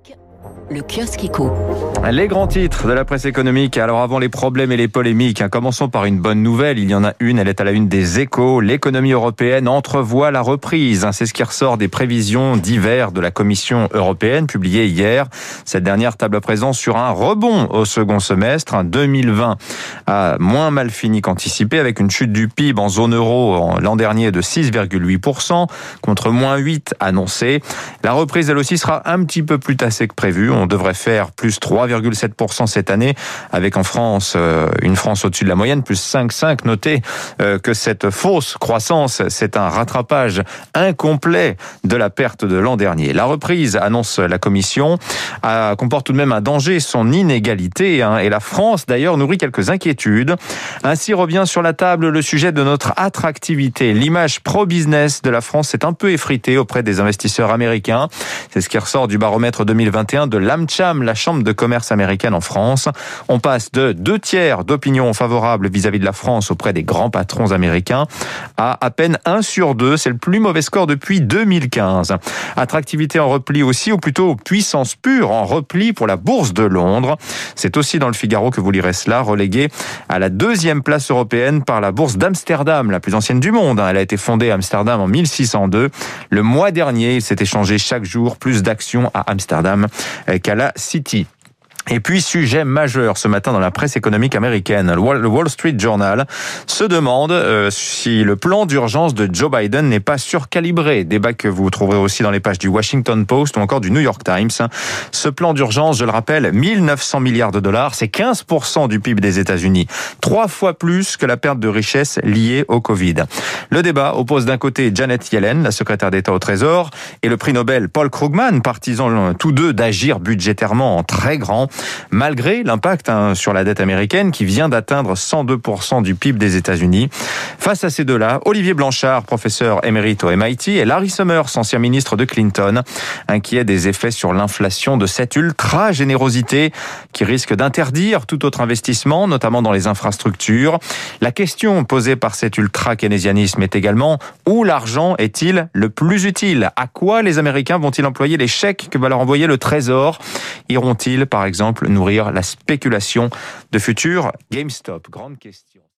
Le kiosque éco. Les grands titres de la presse économique. Alors avant les problèmes et les polémiques, commençons par une bonne nouvelle. Il y en a une, elle est à la une des Échos. L'économie européenne entrevoit la reprise. C'est ce qui ressort des prévisions d'hiver de la Commission européenne publiées hier. Cette dernière table à présent sur un rebond au second semestre. 2020 a moins mal fini qu'anticipé avec une chute du PIB en zone euro l'an dernier de 6,8% contre moins 8 annoncé. La reprise elle aussi sera un petit peu plus tassée que prévu. On devrait faire plus 3,7% cette année, avec en France, une France au-dessus de la moyenne, plus 5,5. Notez que cette fausse croissance, c'est un rattrapage incomplet de la perte de l'an dernier. La reprise, annonce la Commission, comporte tout de même un danger, son inégalité, et la France, d'ailleurs, nourrit quelques inquiétudes. Ainsi revient sur la table le sujet de notre attractivité. L'image pro-business de la France s'est un peu effritée auprès des investisseurs américains. C'est ce qui ressort du baromètre 2021 de l'AmCham, la Chambre de commerce américaine en France. On passe de 2/3 d'opinion favorable vis-à-vis de la France auprès des grands patrons américains à peine 1 sur 2. C'est le plus mauvais score depuis 2015. Attractivité en repli aussi, ou plutôt puissance pure en repli pour la bourse de Londres. C'est aussi dans le Figaro que vous lirez cela, reléguée à la 2e place européenne par la bourse d'Amsterdam, la plus ancienne du monde. Elle a été fondée à Amsterdam en 1602. Le mois dernier, il s'est échangé chaque jour plus d'actions à Amsterdam qu'à la City. Et puis, sujet majeur ce matin dans la presse économique américaine. Le Wall Street Journal se demande si le plan d'urgence de Joe Biden n'est pas surcalibré. Débat que vous trouverez aussi dans les pages du Washington Post ou encore du New York Times. Ce plan d'urgence, je le rappelle, 1900 milliards de dollars, c'est 15% du PIB des États-Unis. 3 fois plus que la perte de richesse liée au Covid. Le débat oppose d'un côté Janet Yellen, la secrétaire d'État au Trésor, et le prix Nobel Paul Krugman, partisans tous deux d'agir budgétairement en très grand, malgré l'impact sur la dette américaine qui vient d'atteindre 102% du PIB des États-Unis. Face à ces deux-là, Olivier Blanchard, professeur émérite au MIT, et Larry Summers, ancien ministre de Clinton, inquiet des effets sur l'inflation de cette ultra-générosité qui risque d'interdire tout autre investissement, notamment dans les infrastructures. La question posée par cet ultra-keynésianisme est également: où l'argent est-il le plus utile? À quoi les Américains vont-ils employer les chèques que va leur envoyer le Trésor? Iront-ils, par exemple, nourrir la spéculation de futurs GameStop? Grande question.